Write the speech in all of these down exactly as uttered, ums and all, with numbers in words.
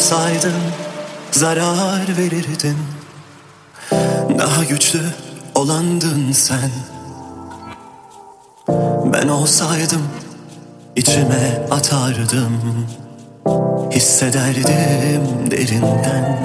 olsaydın zarar verirdin. Daha güçlü olandın sen. Ben olsaydım içime atardım, hissederdim derinden.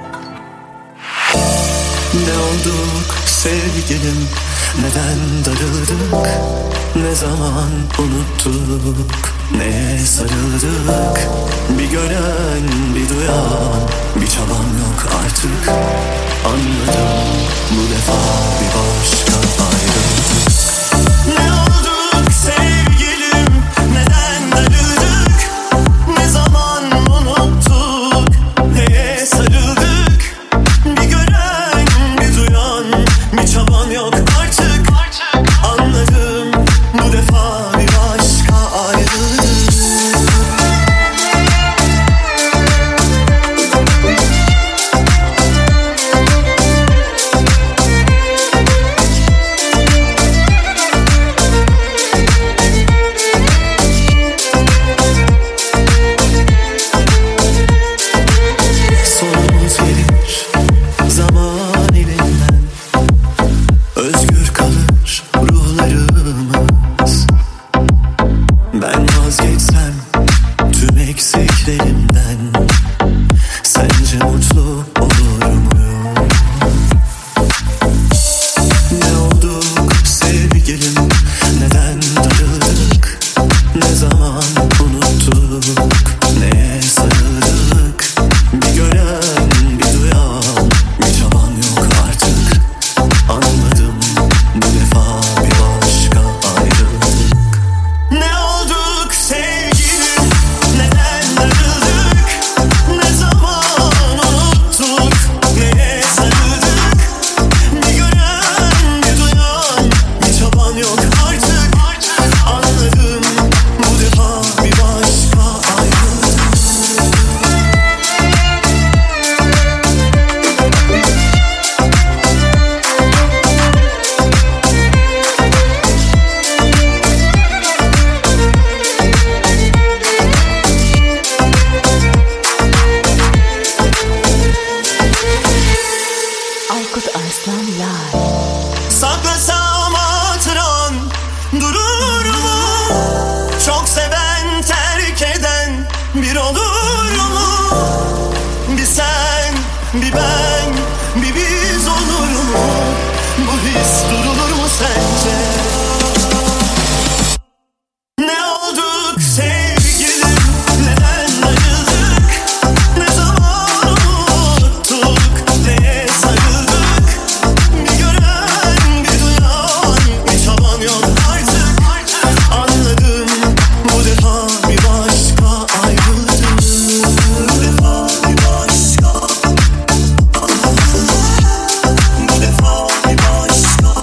Ne olduk sevgilim, neden darıldık, ne zaman unuttuk, neye sarıldık. Bir gören bir duyan, bir çabam yok artık. Anladım, bu defa bir başka ayrıldık. Ne olduk sevgilim, neden darıldık, ne zaman unuttuk, neye sarıldık. Bir gören bir duyan, bir çaban yok artık. Anladım, bu defa bir başka ayrıldık. Saklasam hatıran durur mu? Çok seven terk eden bir olur mu? Bir sen, bir ben, bir biz olur mu? Bu his durulur mu sence? Ne olduk sevgilim, neden ayrıldık, ne zaman unuttuk, neye sarıldık. Bir gören bir duyan, bir çaban yok artık. Anladım, bu defa bir başka ayrıldık. Bu defa bir başka. Bu defa bir başka.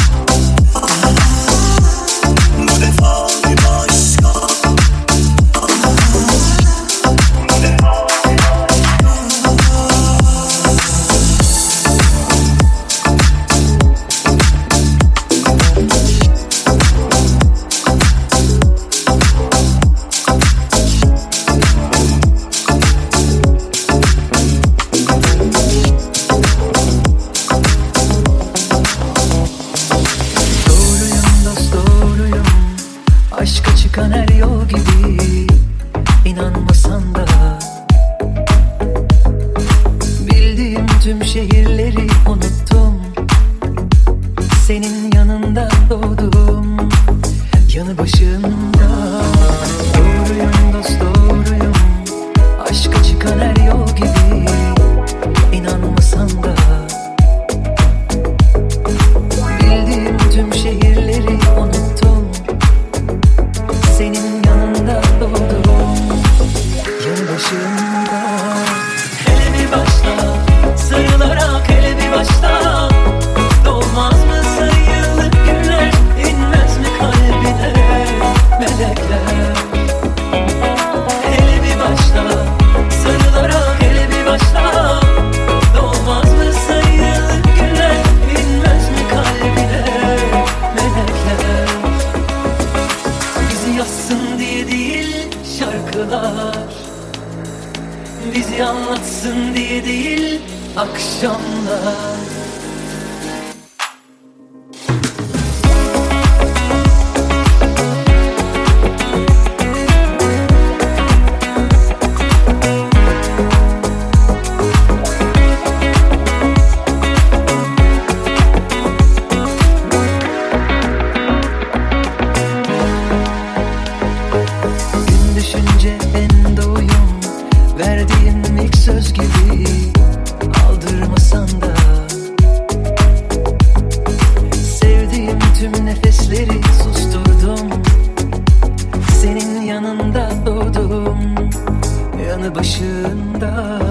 Bu defa bir başka. Bu defa. Doğruyum dost doğruyum, aşka çıkan her yol gibi. İnanmasan da bildiğim tüm şehirleri unuttum. Senin yanında doğdum, yanı başında. Doğruyum dost doğruyum, aşka çıkan her yol gibi. İnanmasan da bildiğim tüm şehirleri unuttum. Senin yanında akşamlar. Verdiğim ilk söz gibi aldırmasan da, sevdiğim tüm nefesleri susturdum. Senin yanında doğdum, yanı başında.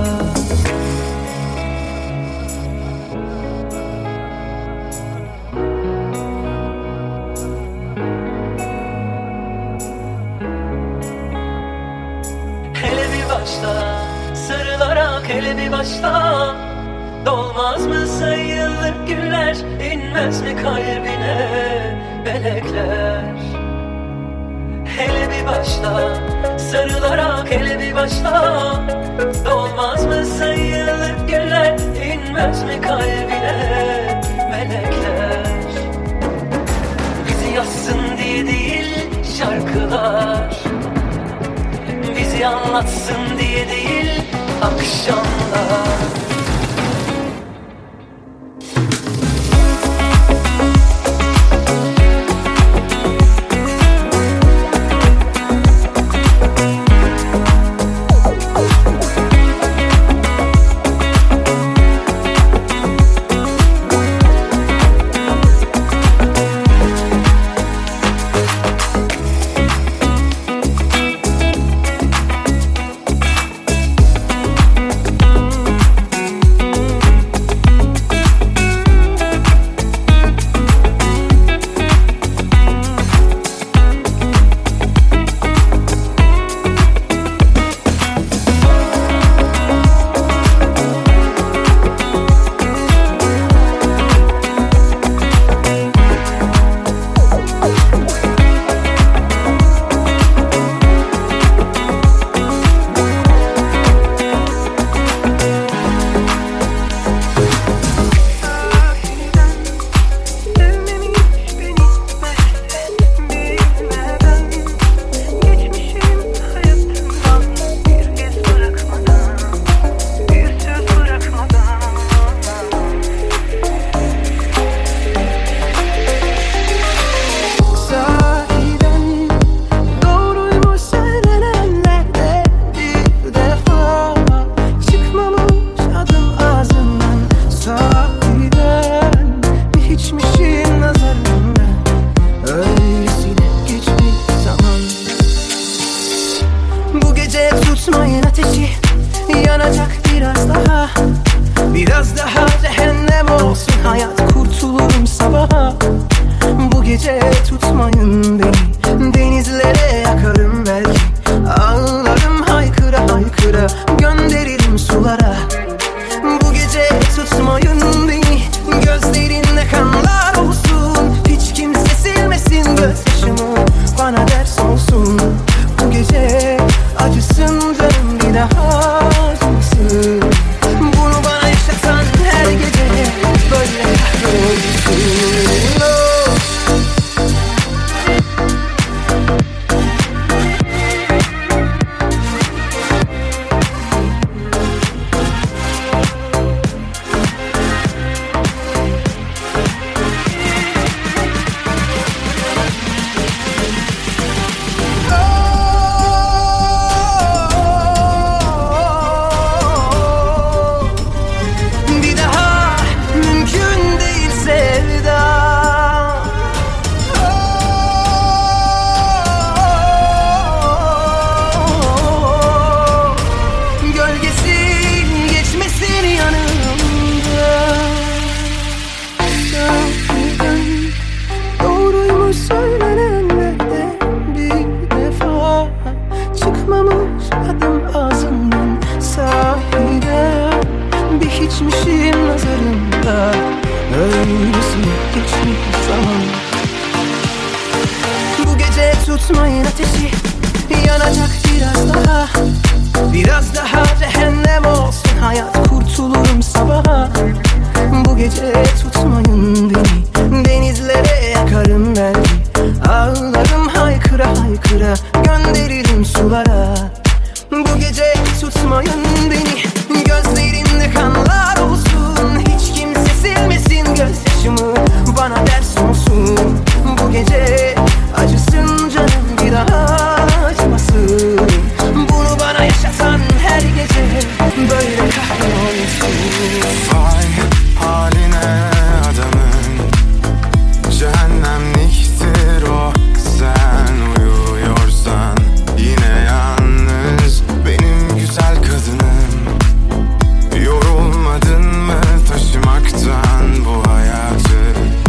Başta sarılarak, hele bir başta. Dolmaz mı sayılı günler, inmez mi kalbine melekler? Hele bir başta sarılarak, hele bir başta. Dolmaz mı sayılı günler, inmez mi kalbine melekler? Bizi yazsın diye değil şarkılar, bizi anlatsın diye değil akşamlar. Tutmayın ateşi, yanacak biraz daha. Biraz daha cehennem olsun hayat, kurtulurum sabaha. Bu gece tutmayın beni, denizlere yakarım belki. Ağlarım haykıra haykıra, gönderirim sulara. Bu gece tutmayın beni, gözlerinde kanlar olsun. Hiç kimse silmesin gözyaşımı, bana ders olsun. Bu gece acısın canım, bir daha acısın. Bunu bana yaşatan her gece böyle kahrolsun. Geçmişim nazarında, öylesine geçmiş zaman. Bu gece tutmayın ateşi, yanacak biraz daha. Biraz daha cehennem olsun hayat, kurtulurum sabaha. Bu gece tutmayın beni, denizlere yakarım belki. Ağlarım haykıra haykıra, gönderirim sulara. Bu gece tutmayın beni, gözlerimde kanlar olsun. Hiç kimse silmesin gözyaşımı, bana ders olsun. Bu gece acısın canım, bir daha acımasın. Bunu bana yaşatan her gece böyle kahrolsun. Vay haline adamın, cehennemliktir o. Sen uyuyorsan yine yalnız, benim güzel kadınım. Yorulmadın mı taşımaktan bu hayatı?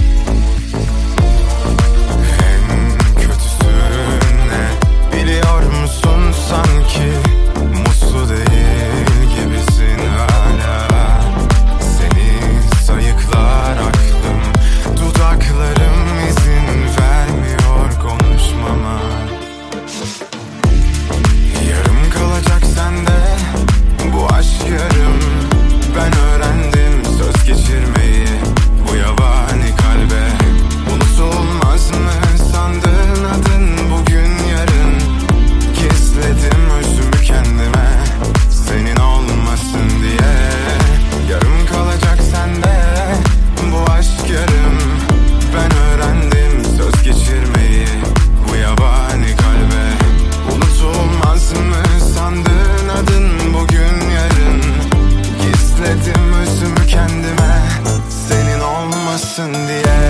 En kötüsü ne biliyor musun sanki? Mutlu değil gibisin hala. Seni sayıklar aklım, dudaklarım izin vermiyor konuşmama. Yarım kalacak sende bu aşk yarım. Ben öğrendim söz geçirmeyi bu yabani kalbe. Unutulmaz mı sandın adın bugün yarın? Gizledim özümü kendime senin olmasın diye. Yarım kalacak sende bu aşk yarım. Ben öğrendim söz geçirmeyi bu yabani kalbe. Unutulmaz mı sandın adın bugün yarın? Gizledim özümü kendime senin olmasın diye.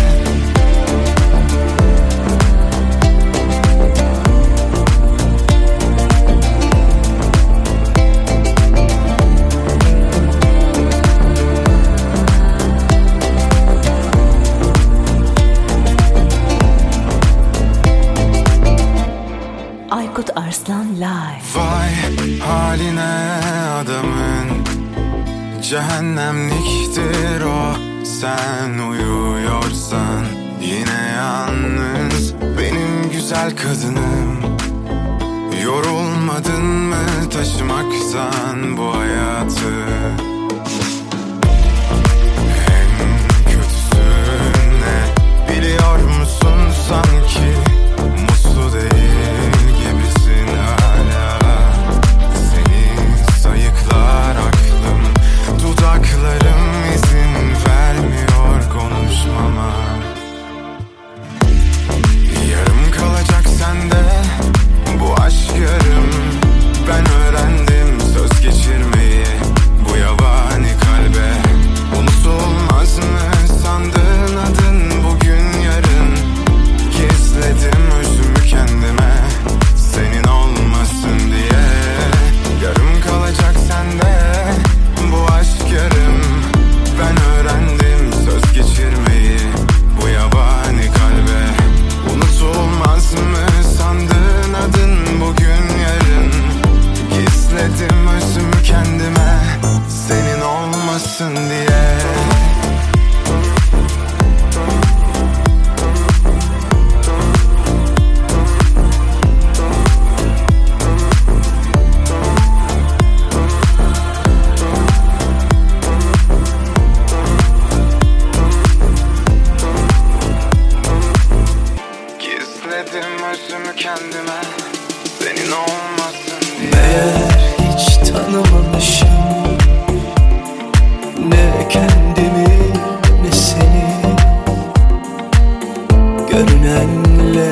Aykut Arslan Live. Vay haline adamın, cehennemliktir o. Sen uyuyorsan yine yalnız, benim güzel kadınım. Yorulmadın mı taşımaktan bu hayatı? En kötüsü ne biliyor musun sanki? Mutlu değil gibisin hala. Seni sayıklar aklım, dudaklarım izin vermiyor konuşmama. Yarım kalacak sende bu aşk yarım. Ben öğrendim söz geçirmeyi bu yabani kalbe. Unutulmaz mı sandın adın bugün yarın? Gizledim özümü kendime senin olmasın diye. Yarım kalacak sende bu aşk yarım. Ben öğrendim söz geçirmeyi bu yabani kalbe. Unutulmaz mı sandın adın bugün yarın? Gizledim özümü kendime senin olmasın diye. Gizledim özümü kendime senin olmasın diye. Meğer hiç tanımamışım ne kendimi ne seni. Görünenle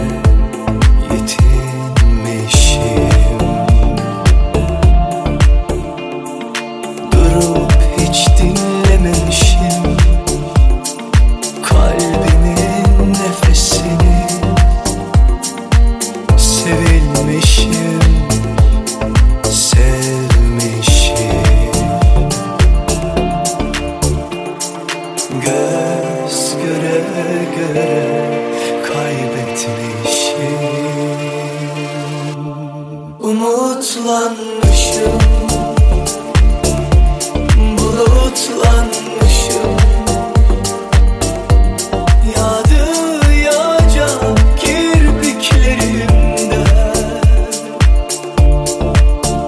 yetinmişim. Durup hiç dinlememişim kalbimin nefesini. Sevilmişim, sevmişim. Göz göre göre kaybetmişim. Umutlanmışım, bulutlanmışım. Yağdı yağacak kirpiklerimden.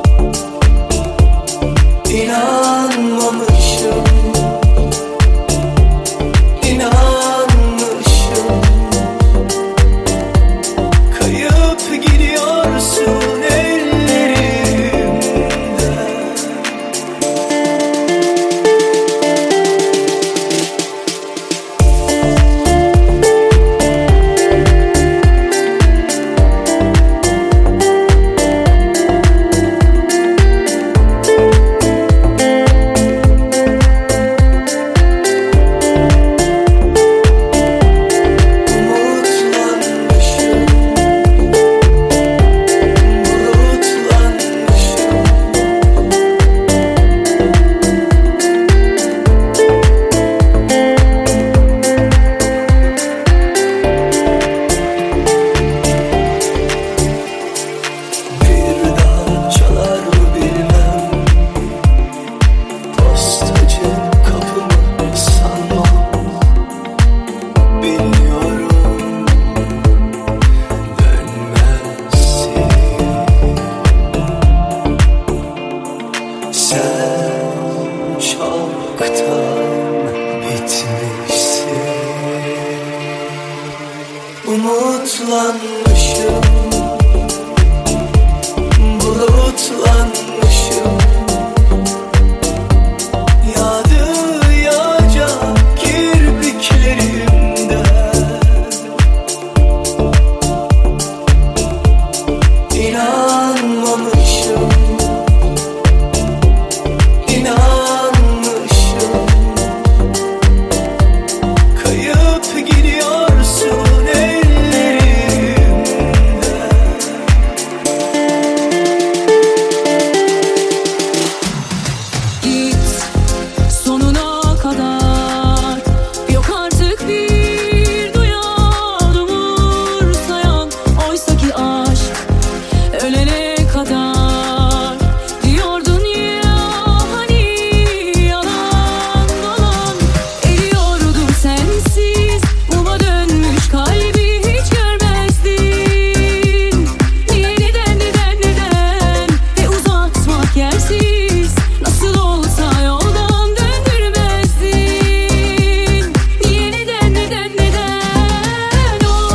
gitmişsin. Umutlanmışım, bulutlanmışım. Yağdı yağacak kirpiklerimden. İnanmamışım, inanmışım. Kayıp gidiyorsun ellerimden. Git sonuna kadar, yok artık bir duyan umursayan. Oysaki aşk ölene kadar diyordun ya, hani yalan dolan. Eriyordum sensiz, muma dönmüş kalbi hiç görmezdin. Niye, neden, neden, neden? Ve uzatmak yersiz, nasıl olsa yoldan döndürmezdin. Niye, neden, neden, neden? Of,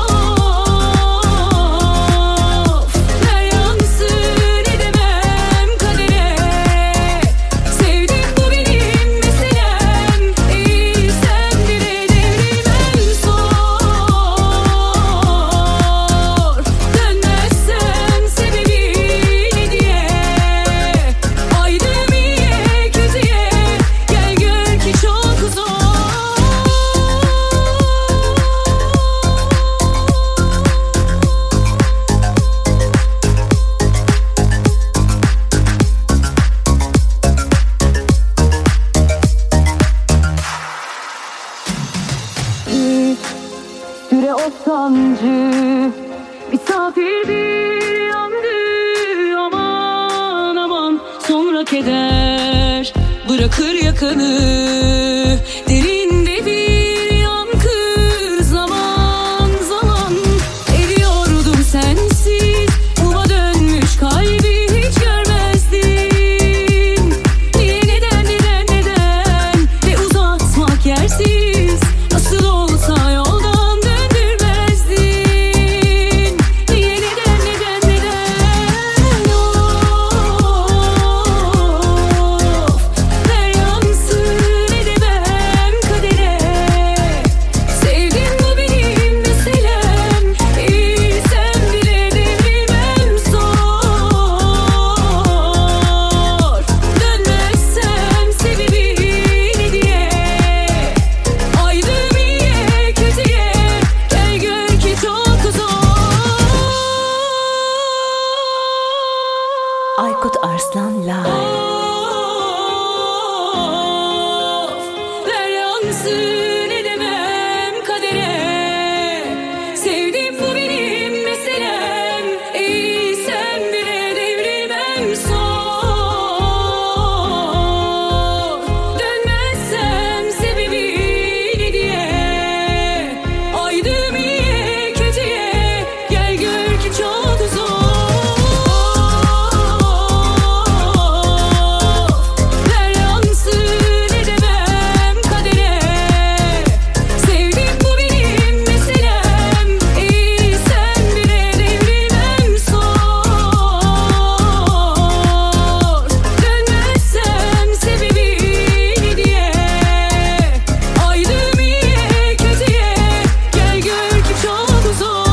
ver yansın edemem kadere. Sevdim, bu benim meselem. Eğilsem bile devrilmem zor. Dönmezsem sebebi ne diye. Aydım iyiye kötüye, gel gör ki çok zor. Süre o sancı, misafir bir yandı. Aman aman, sonra keder bırakır yakanı. Derinde bir yankı, zaman zaman. Eriyordum sensiz, muma dönmüş kalbi hiç görmezdin. Niye, neden, neden, neden? Ve uzatmak yersiz, nasıl olsa yoldan döndürmezdin. Niye, neden, neden, neden? Of, ver yansın edemem kadere. Sevdim, bu benim meselem. Eğilsem bile devrilmem zor. Dönmezsem sebebi ne diye. Aydım iyiye kötüye, gel gör ki çok zor. Aykut Arslan Live. Of, ver yansın edemem kadere. Sevdim, bu benim meselem. Eğilsem bile devrilmem zor. Dönmezsem sebebi ne diye. Aydım iyiye kötüye, gel gör ki çok zor. Ver yansın edemem kadere. Sevdim, bu benim meselem. Eğilsem bile devrilmem zor. Dönmezsem sebebi ne diye. Aydım iyiye kötüye, gel gör ki çok zor.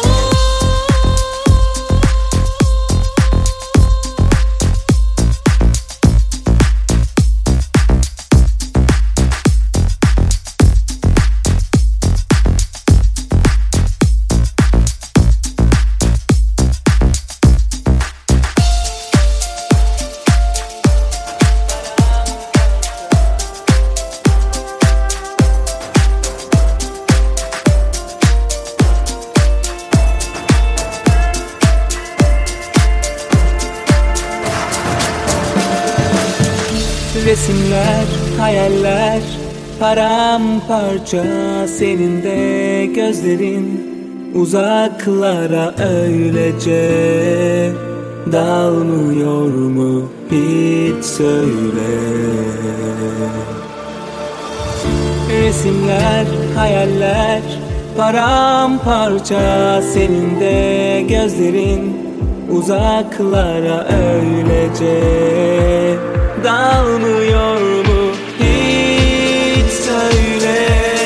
Resimler, hayaller, paramparça. Senin de gözlerin uzaklara öylece dalmıyor mu hiç söyle. Resimler, hayaller, paramparça. Senin de gözlerin uzaklara öylece dalmıyor mu hiç söyle.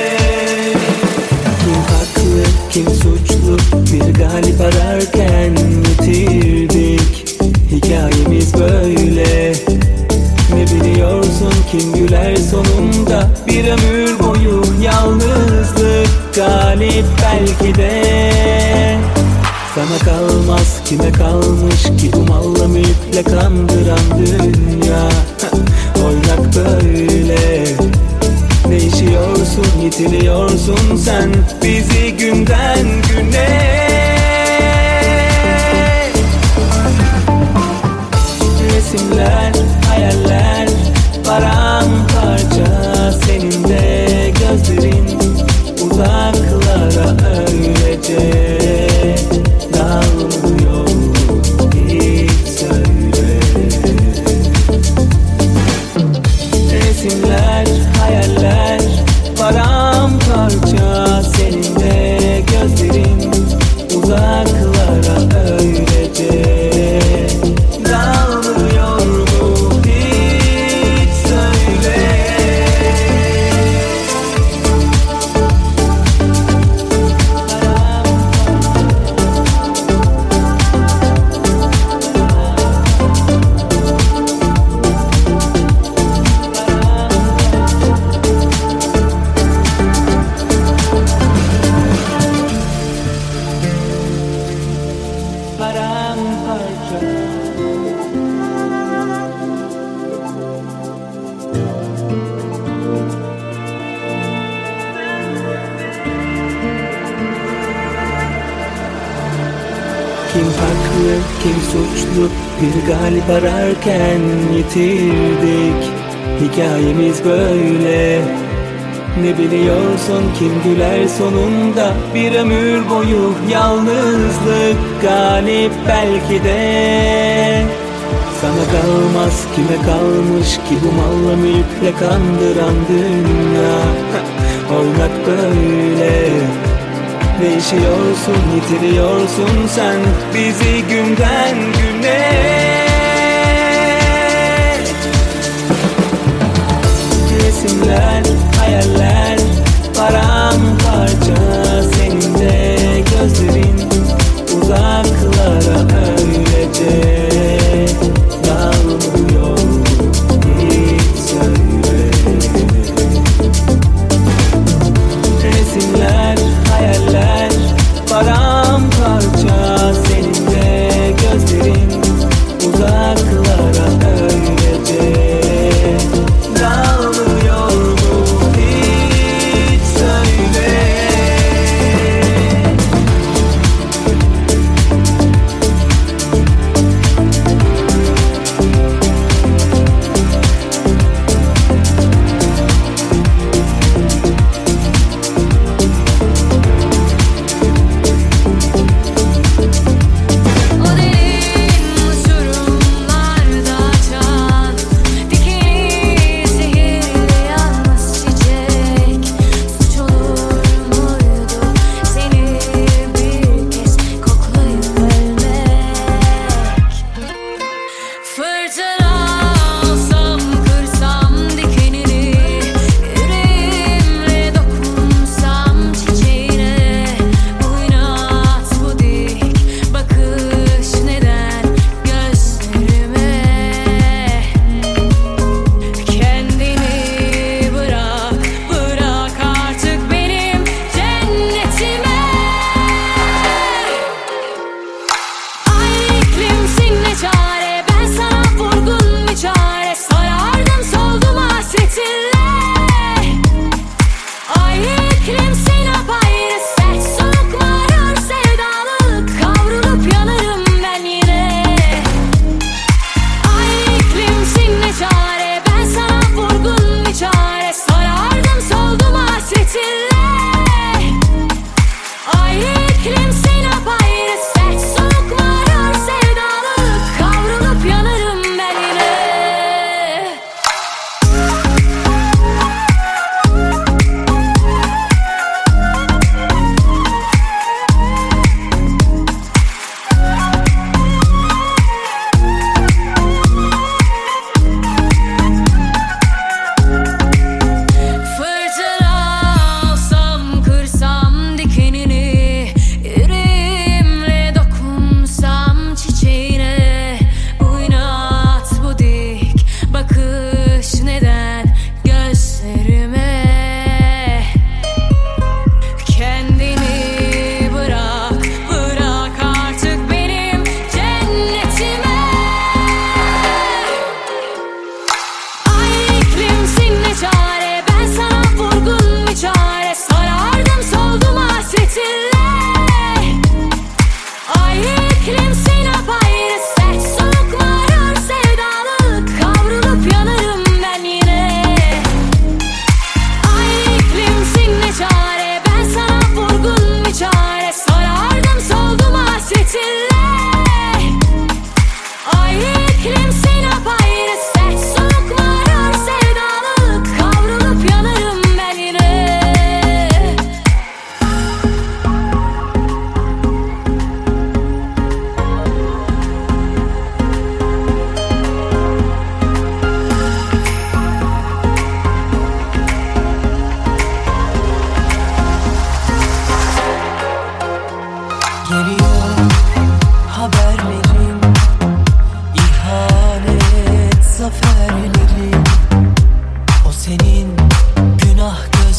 Kim haklı, kim suçlu, bir galip ararken yitirdik. Hikayemiz böyle. Ne biliyorsun kim güler sonunda? Bir ömür boyu yalnızlık galip belki de. Sana kalmaz kime kalmış ki bu malla mülkle kandıran dünya. Oynak böyle. Değişiyorsun, yitiriyorsun sen bizi günden güne. Resimler, hayaller, paramparça. Senin de gözlerin uzaklara öylece dalmıyor hiç söyle. Resimler, hayaller, paramparça. Senin de gözlerin uzaklara öylece dalmıyor mu hiç söyle. Paramparça. Kim haklı, kim suçlu, bir galip ararken yitirdik. Hikayemiz böyle. Ne biliyorsun kim güler sonunda? Bir ömür boyu yalnızlık galip belki de. Sana kalmaz kime kalmış ki bu malla mülkle kandıran dünya. Oynak böyle. Değişiyorsun, yitiriyorsun sen bizi günden güne. Resimler, hayaller, paramparça. Senin de gözlerin uzaklara öylece dalmıyor hiç söyle. Resimler, hayaller, paramparça. Senin de gözlerin uzaklara öylece dalmıyor mu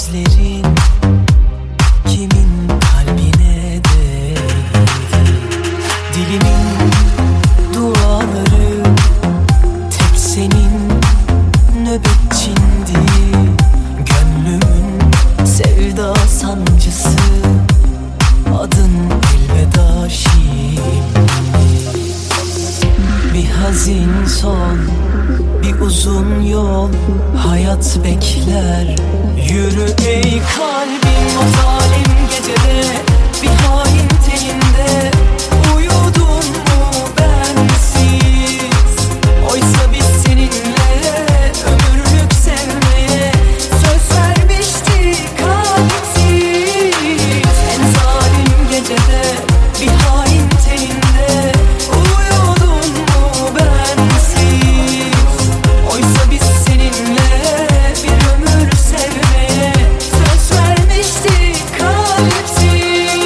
gözlerin kimin kalbine değdi? Dilimin duaları tek senin nöbetçindi. Gönlümün sevda sancısı adın elveda şimdi. Bir hazin son, bir uzun yol hayat bekler. Yürü ey kalbim o zalim gecede, bir hain telinde uyudun mu bensiz? Oysa biz seninle ömürlük sevmeye söz vermiştik kalpsiz. En zalim gecede, bir hain telinde uyudun mu bensiz? Oysa biz seninle bir ömür sevmeye söz vermiştik kalpsiz.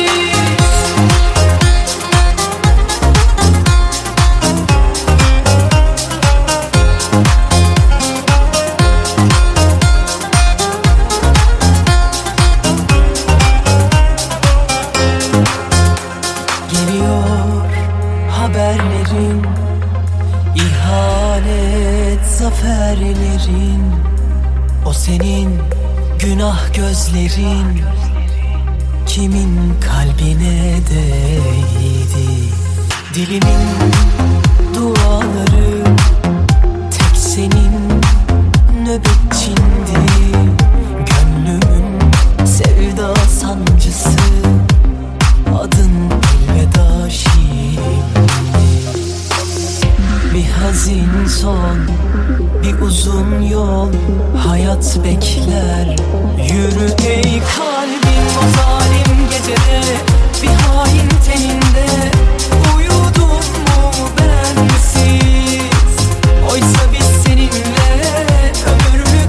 Geliyor haberlerin, ihanet zaferlerin. O senin günah gözlerin kimin kalbine değdi? Dilimin duaları tek senin nöbetçindi. Gönlümün sevda sancısı adın elveda şimdi. Bir hazin son, bir uzun yol hayat bekler. Yürü ey kalbim o zalim gecede, bir hain teninde uyudun mu bensiz? Oysa biz seninle ömürlük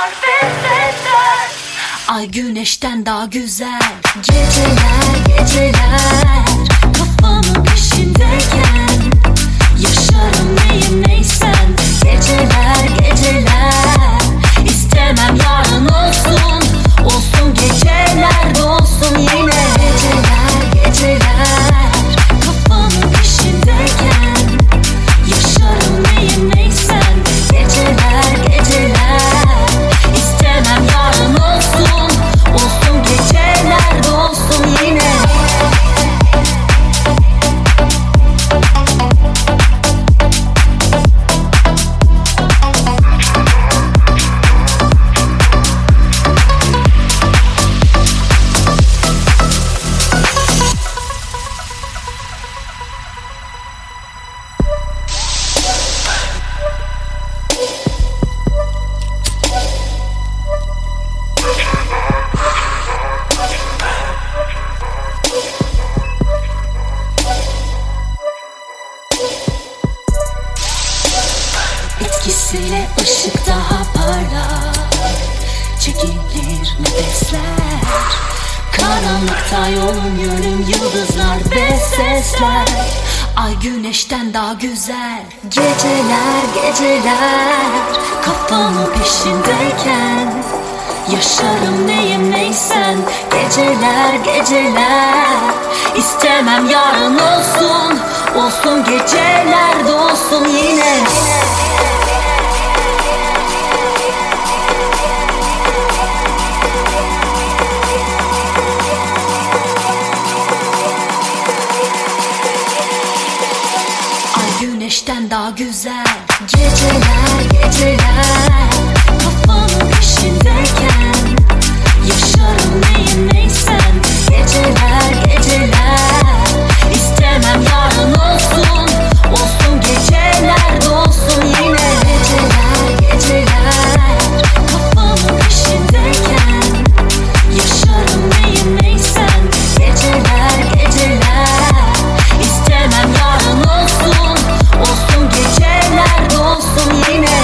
yıldızlar ve sesler. Ay güneşten daha güzel. Geceler geceler kafamın peşindeyken yaşarım neyim neysen. Geceler geceler istemem yarın olsun. Olsun geceler dolsun yine. Geceler geceler kafamın peşindeyken yaşarım neyim neysen. Geceler geceler istemem yarın olsun. Olsun geceler dolsun yine. Etkisiyle ışık daha parlak, çekilir nefesler. Karanlıkta yolum yönüm yıldızlar ve sesler. Ay güneşten daha güzel. Geceler geceler kafamın peşindeyken yaşarım neyim neysen. Geceler geceler istemem yarın olsun. Olsun geceler dolsun yine. Güneşten daha güzel. Geceler geceler kafamın peşindeyken yaşarım neyim neysen. Geceler geceler istemem yarın olsun. Olsun geceler dolsun yine. Geceler geceler kafamın peşindeyken yaşarım neyim neysen. Geceler geceler istemem yarın olsun. Olsun geceler dolsun yine.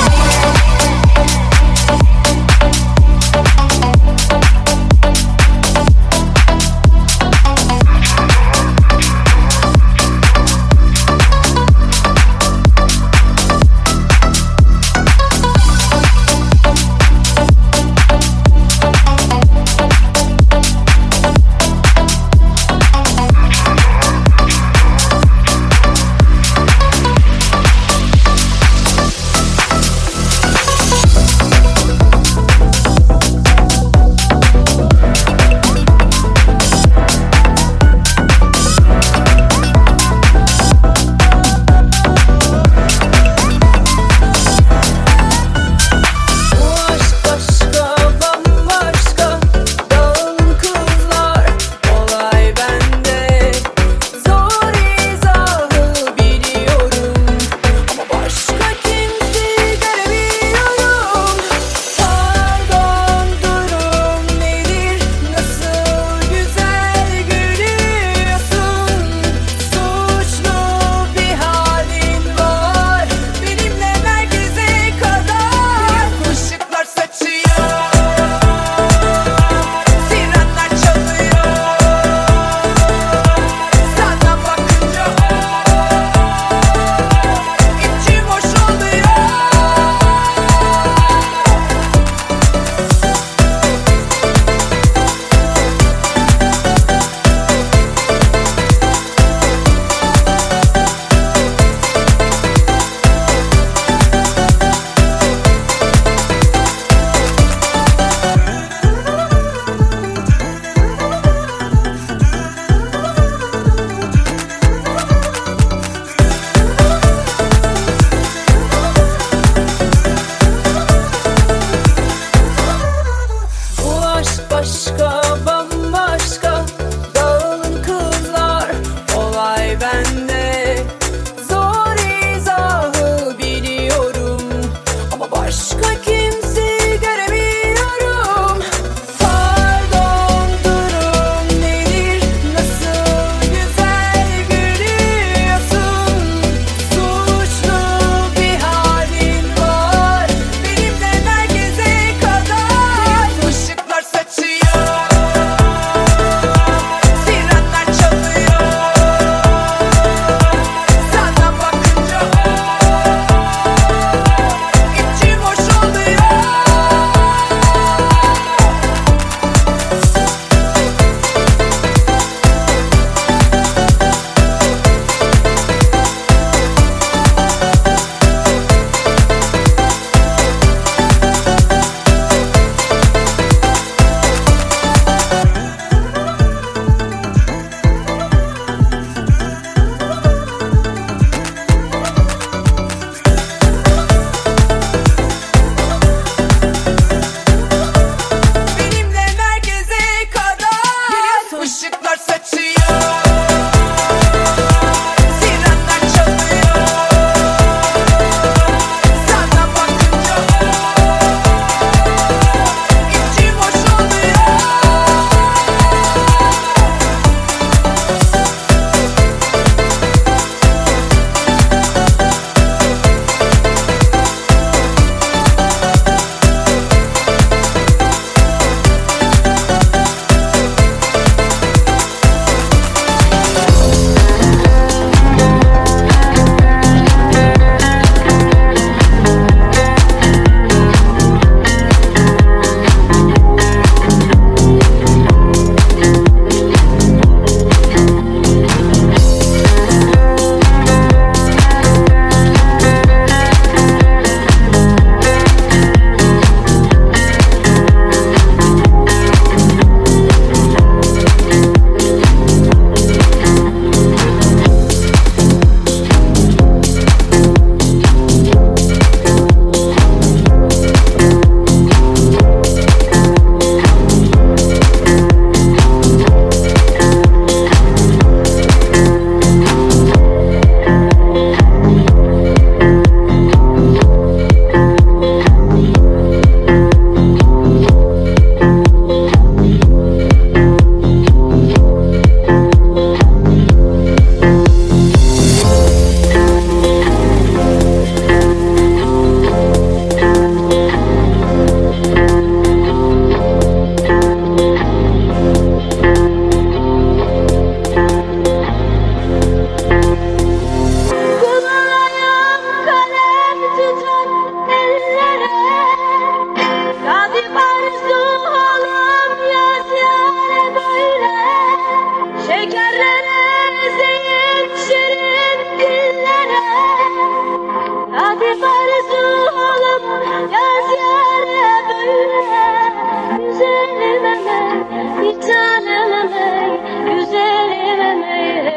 tanem emeği, güzelim emeği.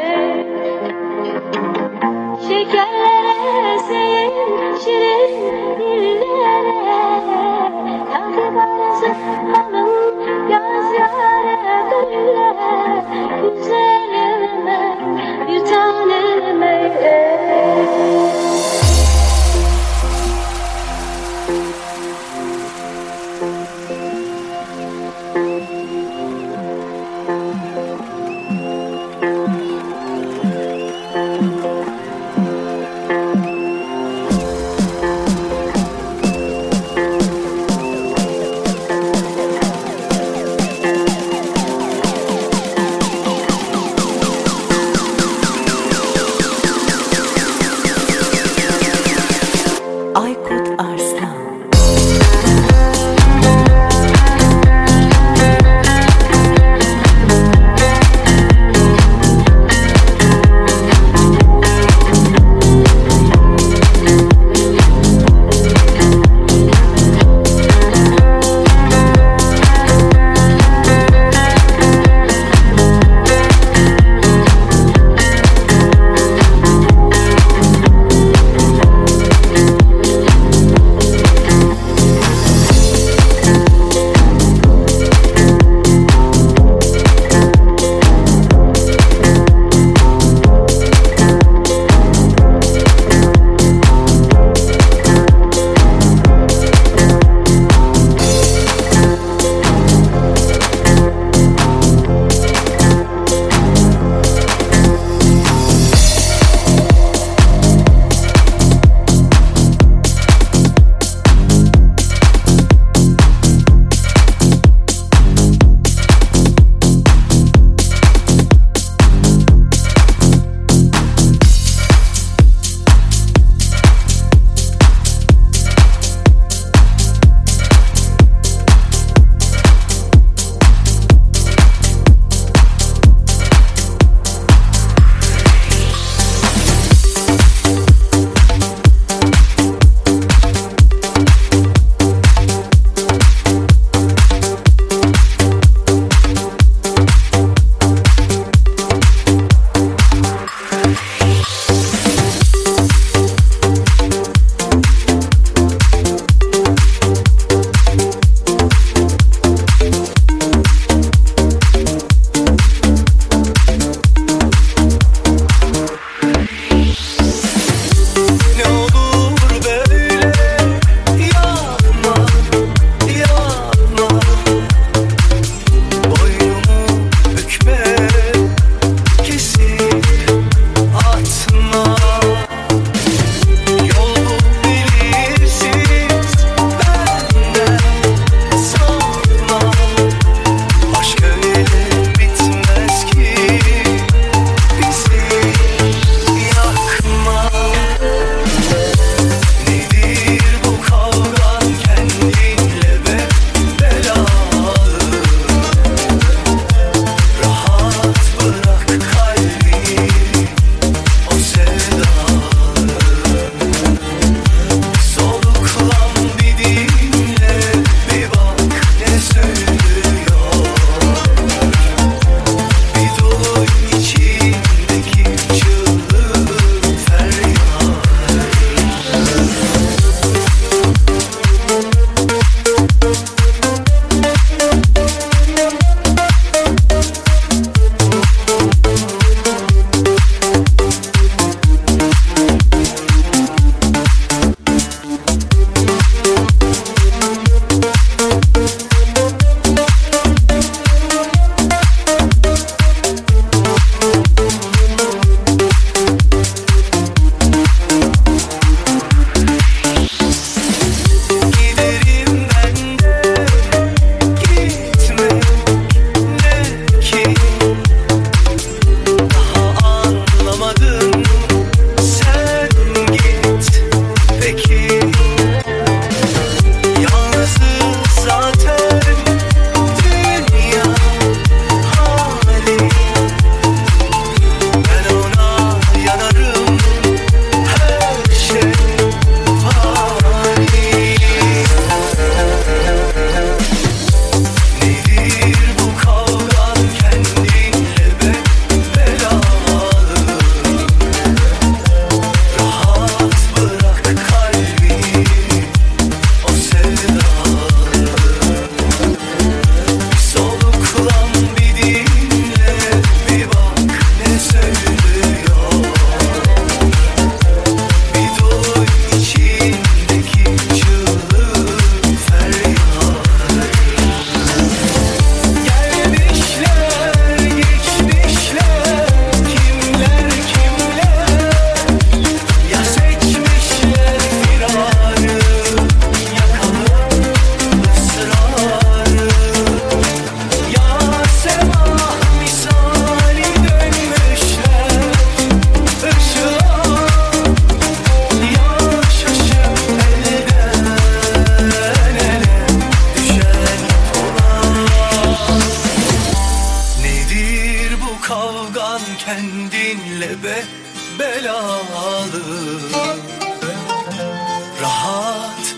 Şekerlere senin şirin dillere, takip arası hanım yaz yâre gülle. Güzelim emeği, bir tanem emeği. Aykut Arslan.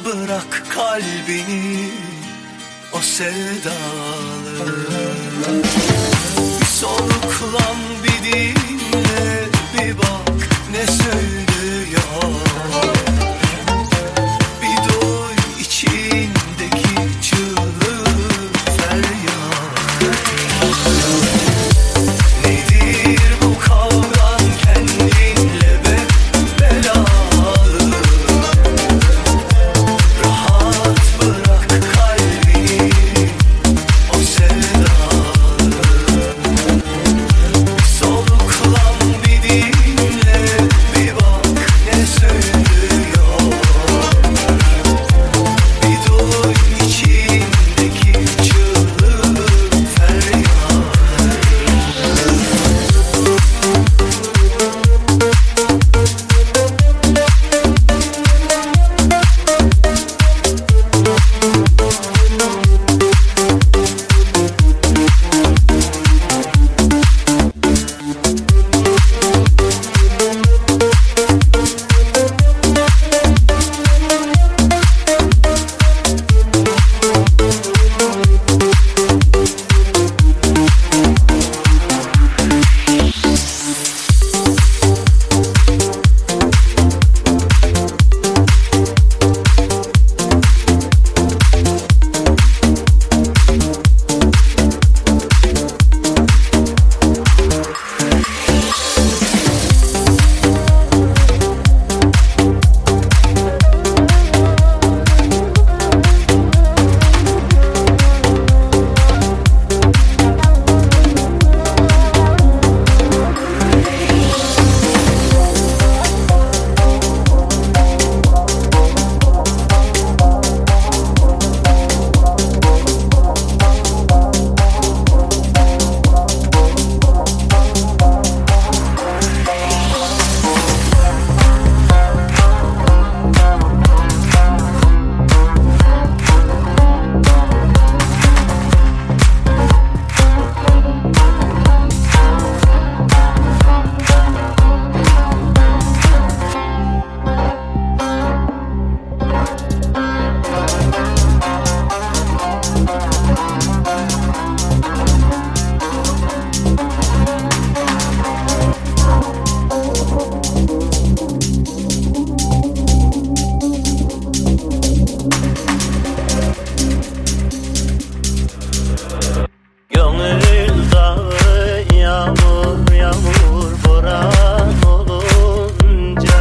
bırak kalbini o sevdalı. Bir soluklan, bir dinle, bir bak ne söylüyor. Bir duy içindeki çığlık feryat. Nedir bu kavgan kendinle be belalı? Rahat bırak kalbini o sevdalı. Soluklan, bir dinle, bir bak ne söylüyor. Bir duy içindeki çığlık feryat. Gönül dağı yağmur yağmur boran olunca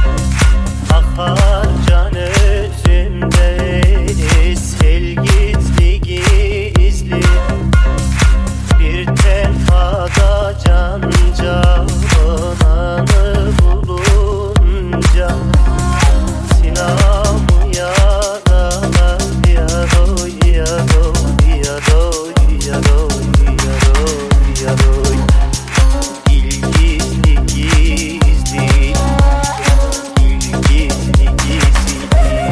akar can özümde sel gizli gizli. Bir tenhada can cananı bulunca sinamı yaralar yaroy yaroy yaroy yaroy yaroy yaroy. Dil gizli gizli, dil gizli gizli.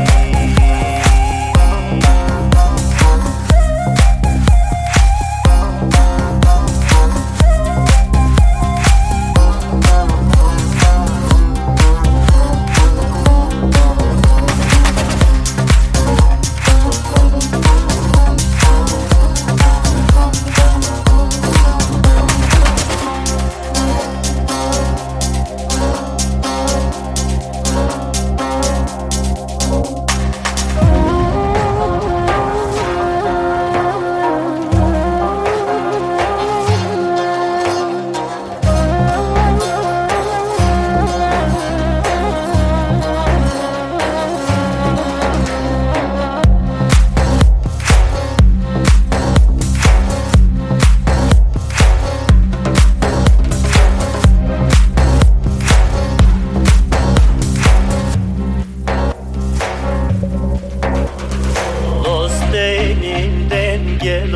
Dost elinden gel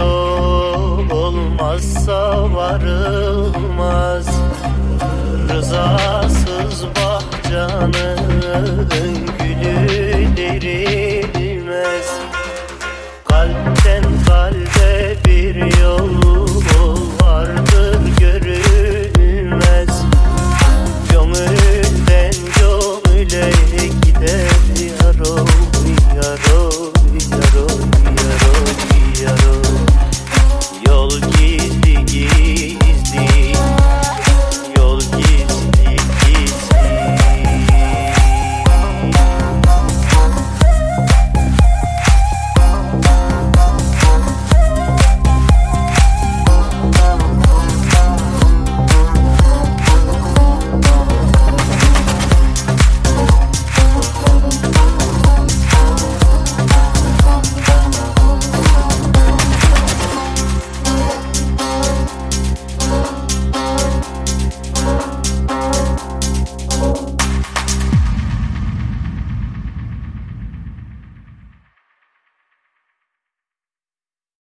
olmazsa varılmaz. Rızasız bahçanın gülü derilmez. Kalpten kalbe bir yol